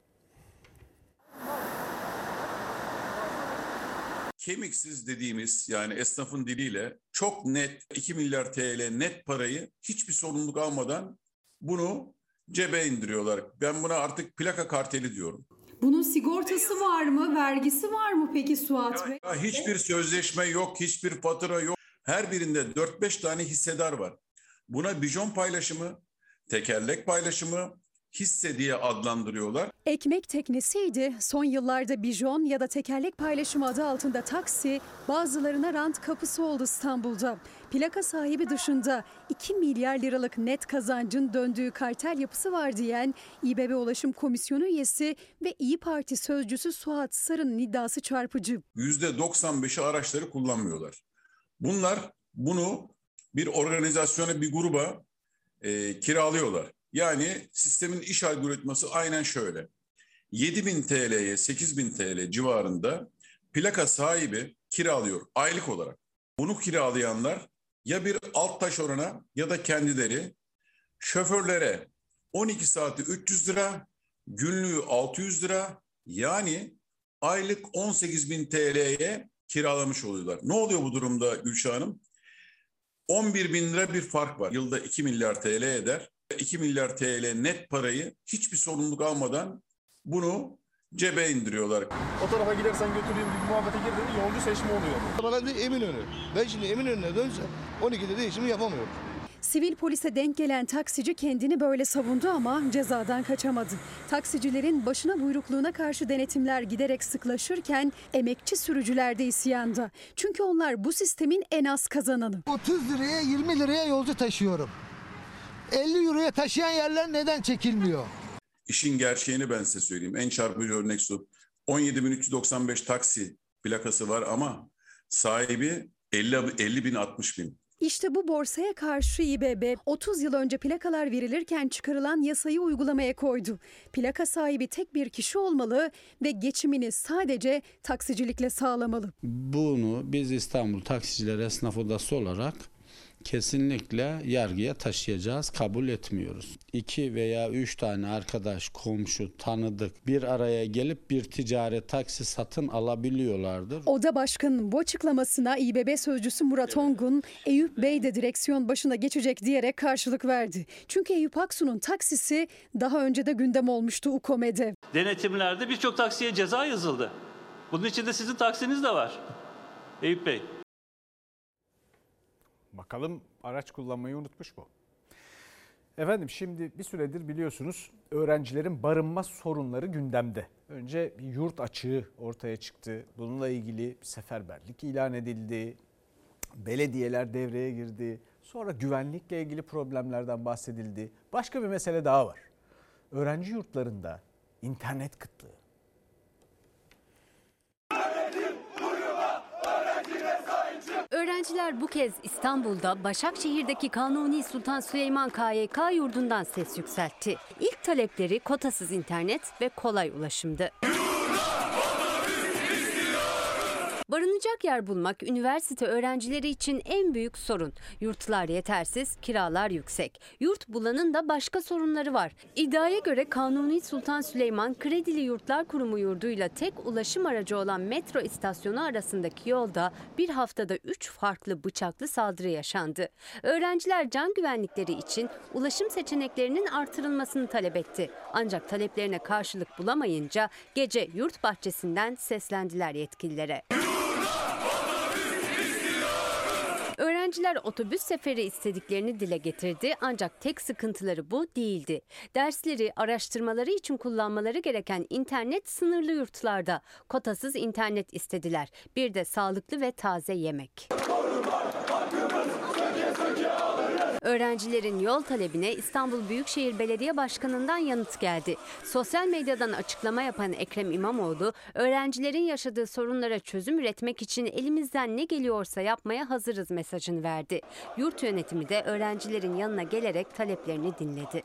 Kemiksiz dediğimiz, yani esnafın diliyle çok net 2 milyar TL net parayı hiçbir sorumluluk almadan bunu cebe indiriyorlar. Ben buna artık plaka karteli diyorum. Bunun sigortası var mı? Vergisi var mı peki Suat Bey? Hiçbir sözleşme yok, hiçbir fatura yok. Her birinde 4-5 tane hissedar var. Buna bijon paylaşımı, tekerlek paylaşımı, hisse diye adlandırıyorlar. Ekmek teknesiydi. Son yıllarda bijon ya da tekerlek paylaşımı adı altında taksi bazılarına rant kapısı oldu İstanbul'da. Plaka sahibi dışında 2 milyar liralık net kazancın döndüğü kartel yapısı var diyen İBB Ulaşım Komisyonu üyesi ve İYİ Parti sözcüsü Suat Sarı'nın iddiası çarpıcı. %95'i araçları kullanmıyorlar. Bunlar bunu bir organizasyona, bir gruba kiralıyorlar. Yani sistemin iş algoritması aynen şöyle. 7.000 TL'ye 8.000 TL civarında plaka sahibi kiralıyor aylık olarak. Bunu kiralayanlar ya bir alt taşerona ya da kendileri, şoförlere 12 saati 300 lira, günlüğü 600 lira, yani aylık 18.000 TL'ye kiralamış oluyorlar. Ne oluyor bu durumda Gülşah Hanım? 11.000 lira bir fark var. Yılda 2 milyar TL eder. 2 milyar TL net parayı hiçbir sorumluluk almadan bunu cebe indiriyorlar. O tarafa gidersen götüreyim bir muhabbete gir dedi, yolcu seçme oluyor. Bana bir Eminönü. Ben şimdi Eminönü'ne dönsem 12'de değişimi yapamıyorum. Sivil polise denk gelen taksici kendini böyle savundu ama cezadan kaçamadı. Taksicilerin başına buyrukluğuna karşı denetimler giderek sıklaşırken emekçi sürücüler de isyanda. Çünkü onlar bu sistemin en az kazananı. 30 liraya 20 liraya yolcu taşıyorum. 50 euroya taşıyan yerler neden çekilmiyor? İşin gerçeğini ben size söyleyeyim. En çarpıcı örnek şu. 17.395 taksi plakası var ama sahibi 50.060.000. İşte bu borsaya karşı İBB 30 yıl önce plakalar verilirken çıkarılan yasayı uygulamaya koydu. Plaka sahibi tek bir kişi olmalı ve geçimini sadece taksicilikle sağlamalı. Bunu biz İstanbul Taksiciler Esnaf Odası olarak kesinlikle yargıya taşıyacağız, kabul etmiyoruz. 2 veya 3 tane arkadaş, komşu, tanıdık bir araya gelip bir ticari taksi satın alabiliyorlardır. Oda Başkanı'nın bu açıklamasına İBB sözcüsü Murat Ongun, Eyüp Bey de direksiyon başına geçecek diyerek karşılık verdi. Çünkü Eyüp Aksu'nun taksisi daha önce de gündem olmuştu UKOME'de. Denetimlerde birçok taksiye ceza yazıldı. Bunun içinde sizin taksiniz de var Eyüp Bey. Bakalım araç kullanmayı unutmuş mu? Efendim şimdi bir süredir biliyorsunuz öğrencilerin barınma sorunları gündemde. Önce bir yurt açığı ortaya çıktı. Bununla ilgili bir seferberlik ilan edildi. Belediyeler devreye girdi. Sonra güvenlikle ilgili problemlerden bahsedildi. Başka bir mesele daha var. Öğrenci yurtlarında internet kıtlığı. Öğrenciler bu kez İstanbul'da Başakşehir'deki Kanuni Sultan Süleyman KYK yurdundan ses yükseltti. İlk talepleri kotasız internet ve kolay ulaşımdı. Barınacak yer bulmak üniversite öğrencileri için en büyük sorun. Yurtlar yetersiz, kiralar yüksek. Yurt bulanın da başka sorunları var. İddiaya göre Kanuni Sultan Süleyman Kredili Yurtlar Kurumu yurduyla tek ulaşım aracı olan metro istasyonu arasındaki yolda bir haftada 3 farklı bıçaklı saldırı yaşandı. Öğrenciler can güvenlikleri için ulaşım seçeneklerinin artırılmasını talep etti. Ancak taleplerine karşılık bulamayınca gece yurt bahçesinden seslendiler yetkililere. Öğrenciler otobüs seferi istediklerini dile getirdi ancak tek sıkıntıları bu değildi. Dersleri, araştırmaları için kullanmaları gereken internet sınırlı yurtlarda. Kotasız internet istediler. Bir de sağlıklı ve taze yemek. Öğrencilerin yol talebine İstanbul Büyükşehir Belediye Başkanı'ndan yanıt geldi. Sosyal medyadan açıklama yapan Ekrem İmamoğlu, öğrencilerin yaşadığı sorunlara çözüm üretmek için elimizden ne geliyorsa yapmaya hazırız mesajını verdi. Yurt yönetimi de öğrencilerin yanına gelerek taleplerini dinledi.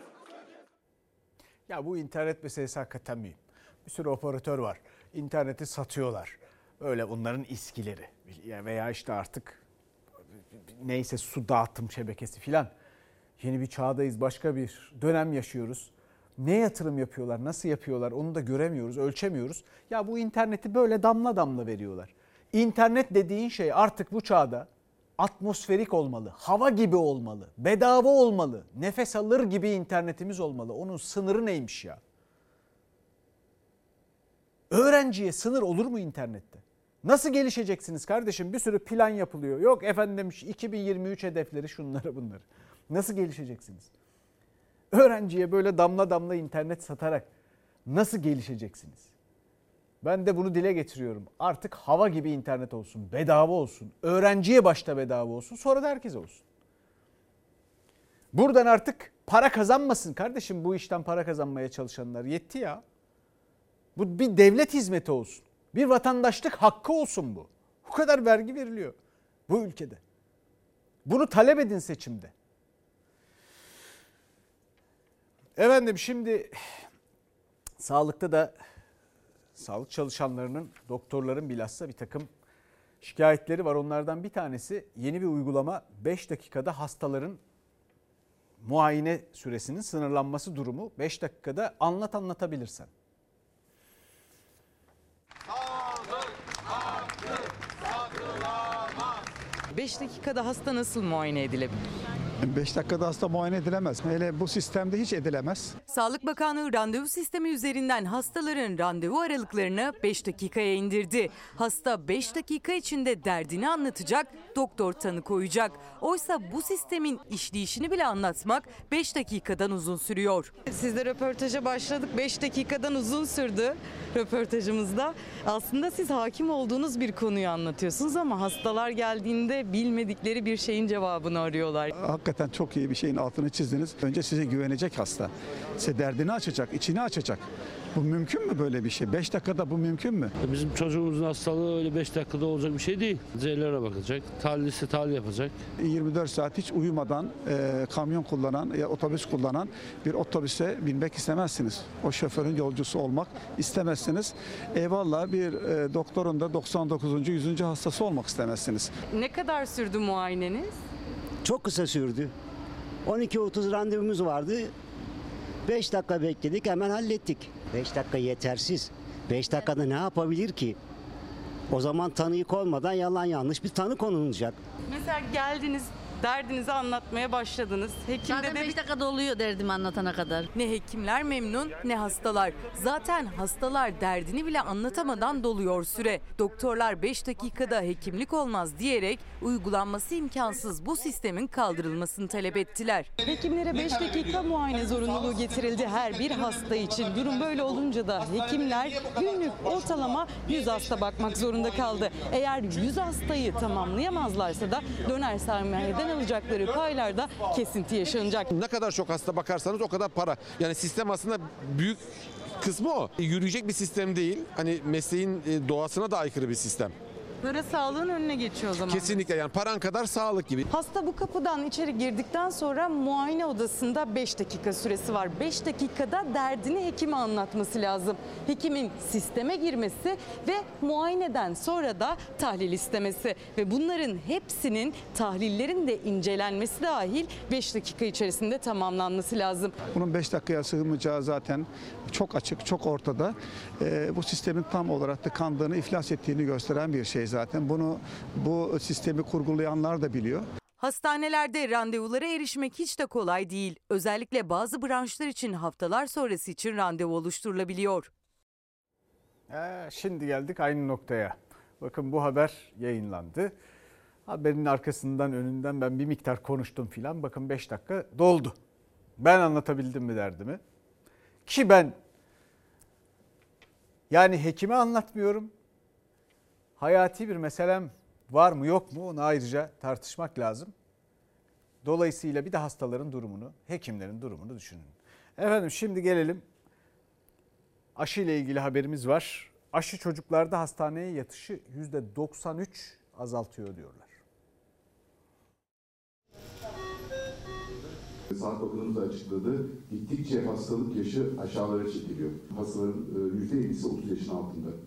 Ya bu internet meselesi hakikaten mühim. Bir sürü operatör var. İnterneti satıyorlar. Öyle onların iskileri veya işte artık neyse su dağıtım şebekesi filan. Yeni bir çağdayız, başka bir dönem yaşıyoruz. Ne yatırım yapıyorlar, nasıl yapıyorlar onu da göremiyoruz, ölçemiyoruz. Ya bu interneti böyle damla damla veriyorlar. İnternet dediğin şey artık bu çağda atmosferik olmalı, hava gibi olmalı, bedava olmalı, nefes alır gibi internetimiz olmalı. Onun sınırı neymiş ya? Öğrenciye sınır olur mu internette? Nasıl gelişeceksiniz kardeşim? Bir sürü plan yapılıyor. Yok efendim 2023 hedefleri şunları bunları. Nasıl gelişeceksiniz? Öğrenciye böyle damla damla internet satarak nasıl gelişeceksiniz? Ben de bunu dile getiriyorum. Artık hava gibi internet olsun, bedava olsun. Öğrenciye başta bedava olsun, sonra da herkese olsun. Buradan artık para kazanmasın kardeşim bu işten para kazanmaya çalışanlar. Yetti ya. Bu bir devlet hizmeti olsun. Bir vatandaşlık hakkı olsun bu. Bu kadar vergi veriliyor bu ülkede. Bunu talep edin seçimde. Efendim şimdi sağlıkta da sağlık çalışanlarının, doktorların bilhassa bir takım şikayetleri var. Onlardan bir tanesi yeni bir uygulama 5 dakikada hastaların muayene süresinin sınırlanması durumu. 5 dakikada anlatabilirsen. 5 dakikada hasta nasıl muayene edilebilir? 5 dakikada hasta muayene edilemez. Hele bu sistemde hiç edilemez. Sağlık Bakanlığı randevu sistemi üzerinden hastaların randevu aralıklarını 5 dakikaya indirdi. Hasta 5 dakika içinde derdini anlatacak, doktor tanı koyacak. Oysa bu sistemin işleyişini bile anlatmak 5 dakikadan uzun sürüyor. Sizle röportaja başladık. 5 dakikadan uzun sürdü röportajımızda. Aslında siz hakim olduğunuz bir konuyu anlatıyorsunuz ama hastalar geldiğinde bilmedikleri bir şeyin cevabını arıyorlar. Hakikaten çok iyi bir şeyin altını çizdiniz. Önce size güvenecek hasta. Size derdini açacak, içini açacak. Bu mümkün mü böyle bir şey? 5 dakikada bu mümkün mü? Bizim çocuğumuzun hastalığı öyle 5 dakikada olacak bir şey değil. Z'lere bakacak, tahlilse tahlil yapacak. 24 saat hiç uyumadan kamyon kullanan ya otobüs kullanan bir otobüse binmek istemezsiniz. O şoförün yolcusu olmak istemezsiniz. Eyvallah bir doktorun da 99. 100. hastası olmak istemezsiniz. Ne kadar sürdü muayeneniz? Çok kısa sürdü. 12.30 randevumuz vardı. 5 dakika bekledik, hemen hallettik. 5 dakika yetersiz. 5 dakikada ne yapabilir ki? O zaman tanıyı konmadan yalan yanlış bir tanı konulacak. Mesela geldiniz, derdinizi anlatmaya başladınız. Hekim Zaten 5 dakikada oluyor derdimi anlatana kadar. Ne hekimler memnun ne hastalar. Zaten hastalar derdini bile anlatamadan doluyor süre. Doktorlar 5 dakikada hekimlik olmaz diyerek uygulanması imkansız bu sistemin kaldırılmasını talep ettiler. Hekimlere 5 dakika muayene zorunluluğu getirildi her bir hasta için. Durum böyle olunca da hekimler günlük ortalama 100 hasta bakmak zorunda kaldı. Eğer 100 hastayı tamamlayamazlarsa da döner sermayeden alacakları paylarda kesinti yaşanacak. Ne kadar çok hasta bakarsanız o kadar para. Yani sistem aslında büyük kısmı o. Yürüyecek bir sistem değil. Hani mesleğin doğasına da aykırı bir sistem. Para sağlığın önüne geçiyor o zaman. Kesinlikle, yani paran kadar sağlık gibi. Hasta bu kapıdan içeri girdikten sonra muayene odasında 5 dakika süresi var. 5 dakikada derdini hekime anlatması lazım. Hekimin sisteme girmesi ve muayeneden sonra da tahlil istemesi ve bunların hepsinin tahlillerin de incelenmesi dahil 5 dakika içerisinde tamamlanması lazım. Bunun 5 dakikaya sığmayacağı zaten çok açık, çok ortada. Bu sistemin tam olarak tıkandığını, iflas ettiğini gösteren bir şey zaten. Bu sistemi kurgulayanlar da biliyor. Hastanelerde randevulara erişmek hiç de kolay değil. Özellikle bazı branşlar için haftalar sonrası için randevu oluşturulabiliyor. Şimdi geldik aynı noktaya. Bakın bu haber yayınlandı. Haberin arkasından önünden ben bir miktar konuştum filan. Bakın 5 dakika doldu. Ben anlatabildim mi derdimi? Ki ben yani hekime anlatmıyorum. Hayati bir meselem var mı yok mu onu ayrıca tartışmak lazım. Dolayısıyla bir de hastaların durumunu, hekimlerin durumunu düşünün. Efendim şimdi gelelim. Aşı ile ilgili haberimiz var. Aşı çocuklarda hastaneye yatışı %93 azaltıyor diyorlar. Sağlık Bakanımız da açıkladı. Gittikçe hastalık yaşı aşağılara çekiliyor. Hastaların %7'si 30 yaşın altında.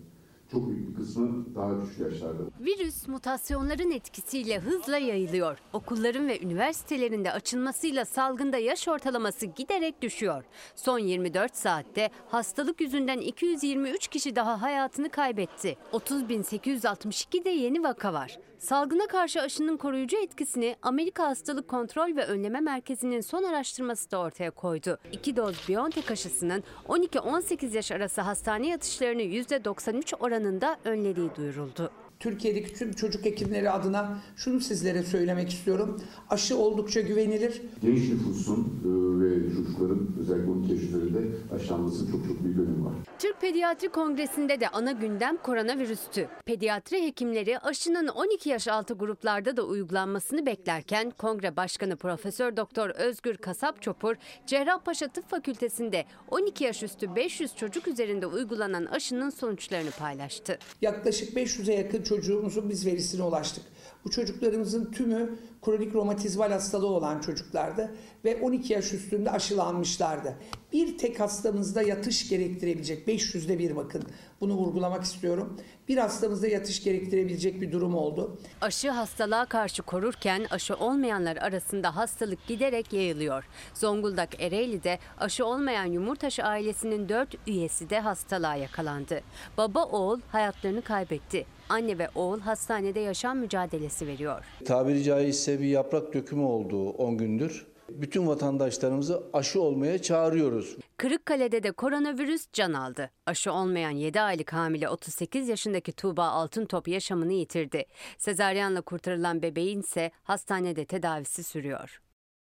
çok büyük bir kısmı daha küçük yaşlarda. Virüs mutasyonların etkisiyle hızla yayılıyor. Okulların ve üniversitelerinde açılmasıyla salgında yaş ortalaması giderek düşüyor. Son 24 saatte hastalık yüzünden 223 kişi daha hayatını kaybetti. 30.862 de yeni vaka var. Salgına karşı aşının koruyucu etkisini Amerika Hastalık Kontrol ve Önleme Merkezi'nin son araştırması da ortaya koydu. 2 doz BioNTech aşısının 12-18 yaş arası hastane yatışlarını %93 oranında önlediği duyuruldu. Türkiye'deki tüm çocuk hekimleri adına şunu sizlere söylemek istiyorum. Aşı oldukça güvenilir. Genç nüfusun ve çocukların özellikle 12 yaş üzerinde aşılanmasının çok büyük önemi var. Türk Pediatri Kongresi'nde de ana gündem koronavirüstü. Pediatri hekimleri aşının 12 yaş altı gruplarda da uygulanmasını beklerken Kongre Başkanı Profesör Doktor Özgür Kasapçopur, Cerrahpaşa Tıp Fakültesi'nde 12 yaş üstü 500 çocuk üzerinde uygulanan aşının sonuçlarını paylaştı. Yaklaşık 500'e yakın çocuğumuzun biz verisine ulaştık. Bu çocuklarımızın tümü kronik romatizmal hastalığı olan çocuklardı ve 12 yaş üstünde aşılanmışlardı. Bir tek hastamızda yatış gerektirebilecek, 500'de bir bakın, bunu vurgulamak istiyorum. Bir hastamızda yatış gerektirebilecek bir durum oldu. Aşı hastalığa karşı korurken aşı olmayanlar arasında hastalık giderek yayılıyor. Zonguldak Ereğli'de aşı olmayan Yumurtaş ailesinin 4 üyesi de hastalığa yakalandı. Baba oğul hayatlarını kaybetti. Anne ve oğul hastanede yaşam mücadelesi veriyor. Tabiri caizse bir yaprak dökümü olduğu 10 gündür. Bütün vatandaşlarımızı aşı olmaya çağırıyoruz. Kırıkkale'de de koronavirüs can aldı. Aşı olmayan 7 aylık hamile 38 yaşındaki Tuğba Altıntop yaşamını yitirdi. Sezaryenle kurtarılan bebeğin ise hastanede tedavisi sürüyor.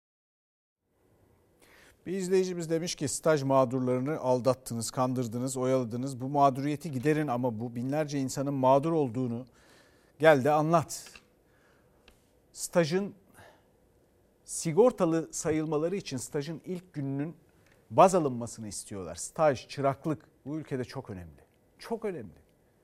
Bir izleyicimiz demiş ki staj mağdurlarını aldattınız, kandırdınız, oyaladınız. Bu mağduriyeti giderin ama bu binlerce insanın mağdur olduğunu gel de anlat. Stajın sigortalı sayılmaları için stajın ilk gününün baz alınmasını istiyorlar. Staj, çıraklık bu ülkede çok önemli. Çok önemli.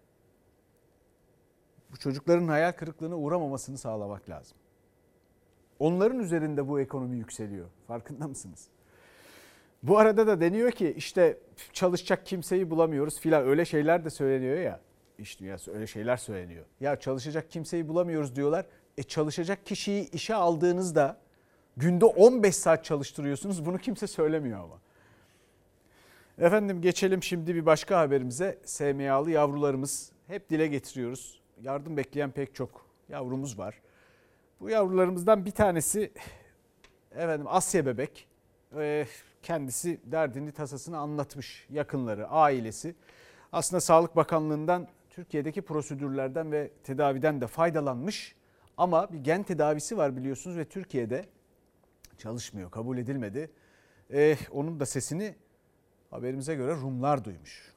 Bu çocukların hayal kırıklığına uğramamasını sağlamak lazım. Onların üzerinde bu ekonomi yükseliyor. Farkında mısınız? Bu arada da deniyor ki işte çalışacak kimseyi bulamıyoruz filan, öyle şeyler de söyleniyor ya. İş dünyası öyle şeyler söyleniyor. Ya çalışacak kimseyi bulamıyoruz diyorlar. Çalışacak kişiyi işe aldığınızda günde 15 saat çalıştırıyorsunuz. Bunu kimse söylemiyor ama. Efendim geçelim şimdi bir başka haberimize. SMA'lı yavrularımız, hep dile getiriyoruz. Yardım bekleyen pek çok yavrumuz var. Bu yavrularımızdan bir tanesi Asya Bebek. Kendisi derdini, tasasını anlatmış, yakınları, ailesi. Aslında Sağlık Bakanlığı'ndan, Türkiye'deki prosedürlerden ve tedaviden de faydalanmış. Ama bir gen tedavisi var biliyorsunuz ve Türkiye'de çalışmıyor, kabul edilmedi. Onun da sesini haberimize göre Rumlar duymuş.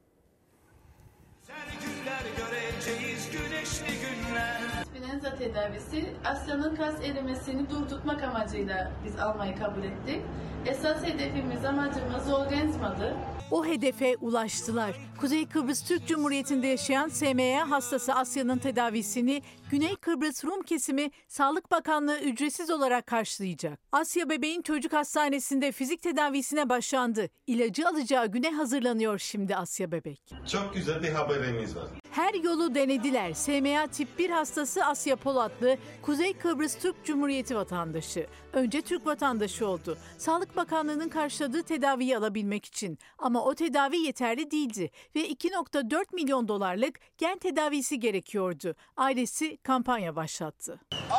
Spinraza tedavisi Asya'nın kas erimesini durdurmak amacıyla biz almayı kabul ettik. Esas hedefimiz, amacımız organizmadır. O hedefe ulaştılar. Kuzey Kıbrıs Türk Cumhuriyeti'nde yaşayan SMA hastası Asya'nın tedavisini Güney Kıbrıs Rum kesimi Sağlık Bakanlığı ücretsiz olarak karşılayacak. Asya Bebeğin Çocuk Hastanesi'nde fizik tedavisine başlandı. İlacı alacağı güne hazırlanıyor şimdi Asya Bebek. Çok güzel bir haberimiz var. Her yolu denediler. SMA tip 1 hastası Asya Polatlı, Kuzey Kıbrıs Türk Cumhuriyeti vatandaşı. Önce Türk vatandaşı oldu. Sağlık Bakanlığı'nın karşıladığı tedaviyi alabilmek için. Ama o tedavi yeterli değildi ve 2.4 milyon dolarlık gen tedavisi gerekiyordu. Ailesi kampanya başlattı.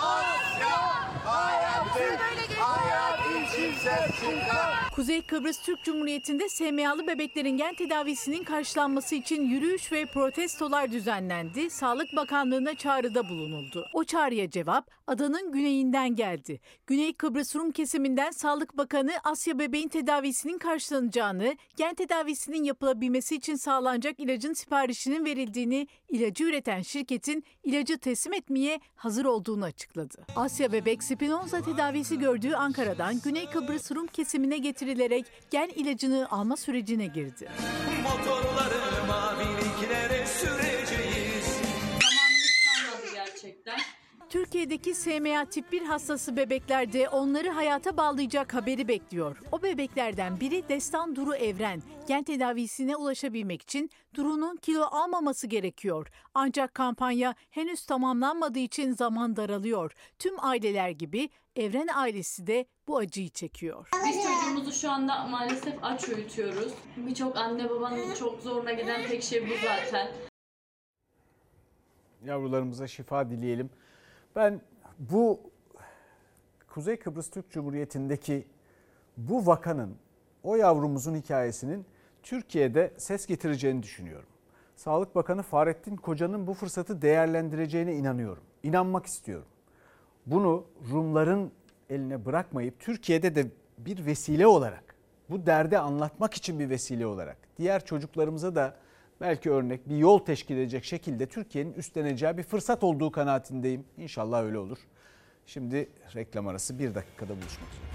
Kuzey Kıbrıs Türk Cumhuriyeti'nde SMA'lı bebeklerin gen tedavisinin karşılanması için yürüyüş ve protestolar düzenlendi. Sağlık Bakanlığı'na çağrıda bulunuldu. O çağrıya cevap adanın güneyinden geldi. Güney Kıbrıs Rum kesiminden Sağlık Bakanı Asya Bebeğin tedavisinin karşılanacağını, gen tedavisinin yapılabilmesi için sağlanacak ilacın siparişinin verildiğini, ilacı üreten şirketin ilacı teslim etmeye hazır olduğunu açıkladı. Asya Bebek Spinraza tedavisi gördüğü Ankara'dan Güney Kıbrıs Rum kesimine getirilerek gen ilacını alma sürecine girdi. Motorları maviliklere süreceğiz. Türkiye Türkiye'deki SMA tip 1 hastası bebekler de onları hayata bağlayacak haberi bekliyor. O bebeklerden biri Destan Duru Evren. Gen tedavisine ulaşabilmek için Duru'nun kilo almaması gerekiyor. Ancak kampanya henüz tamamlanmadığı için zaman daralıyor. Tüm aileler gibi Evren ailesi de bu acıyı çekiyor. Biz çocuğumuzu şu anda maalesef aç uyutuyoruz. Birçok anne babanın çok zoruna giden tek şey bu zaten. Yavrularımıza şifa dileyelim. Ben bu Kuzey Kıbrıs Türk Cumhuriyeti'ndeki bu vakanın, o yavrumuzun hikayesinin Türkiye'de ses getireceğini düşünüyorum. Sağlık Bakanı Fahrettin Koca'nın bu fırsatı değerlendireceğine inanıyorum. İnanmak istiyorum. Bunu Rumların eline bırakmayıp Türkiye'de de bir vesile olarak, bu derdi anlatmak için bir vesile olarak, diğer çocuklarımıza da belki örnek bir yol teşkil edecek şekilde Türkiye'nin üstleneceği bir fırsat olduğu kanaatindeyim. İnşallah öyle olur. Şimdi reklam arası 1 dakikada buluşmak üzere.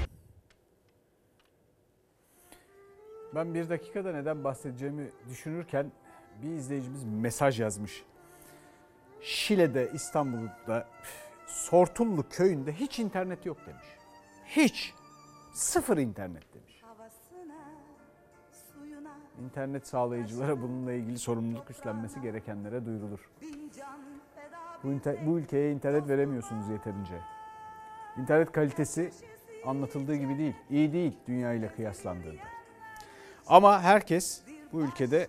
Ben 1 dakikada neden bahsedeceğimi düşünürken bir izleyicimiz mesaj yazmış. Şile'de, İstanbul'da, Sortullu köyünde hiç internet yok demiş. Hiç. Sıfır internet demiş. İnternet sağlayıcılara bununla ilgili sorumluluk üstlenmesi gerekenlere duyurulur. Bu ülkeye internet veremiyorsunuz yeterince. İnternet kalitesi anlatıldığı gibi değil, iyi değil dünya ile kıyaslandığında. Ama herkes bu ülkede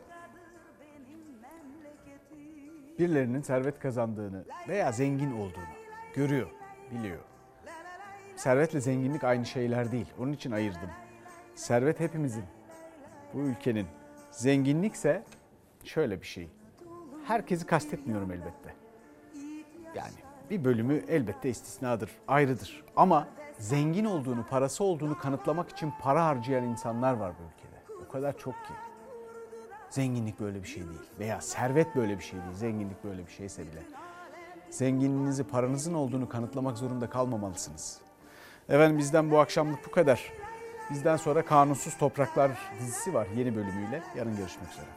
birilerinin servet kazandığını veya zengin olduğunu görüyor, biliyor. Servetle zenginlik aynı şeyler değil. Onun için ayırdım. Servet hepimizin, bu ülkenin. Zenginlikse şöyle bir şey. Herkesi kastetmiyorum elbette. Yani bir bölümü elbette istisnadır, ayrıdır. Ama zengin olduğunu, parası olduğunu kanıtlamak için para harcayan insanlar var bu ülkede. O kadar çok ki. Zenginlik böyle bir şey değil. Veya servet böyle bir şey değil. Zenginlik böyle bir şeyse bile. Zenginliğinizi, paranızın olduğunu kanıtlamak zorunda kalmamalısınız. Efendim bizden bu akşamlık bu kadar. Bizden sonra Kanunsuz Topraklar dizisi var yeni bölümüyle. Yarın görüşmek üzere.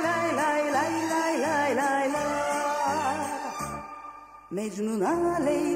Mecnun'a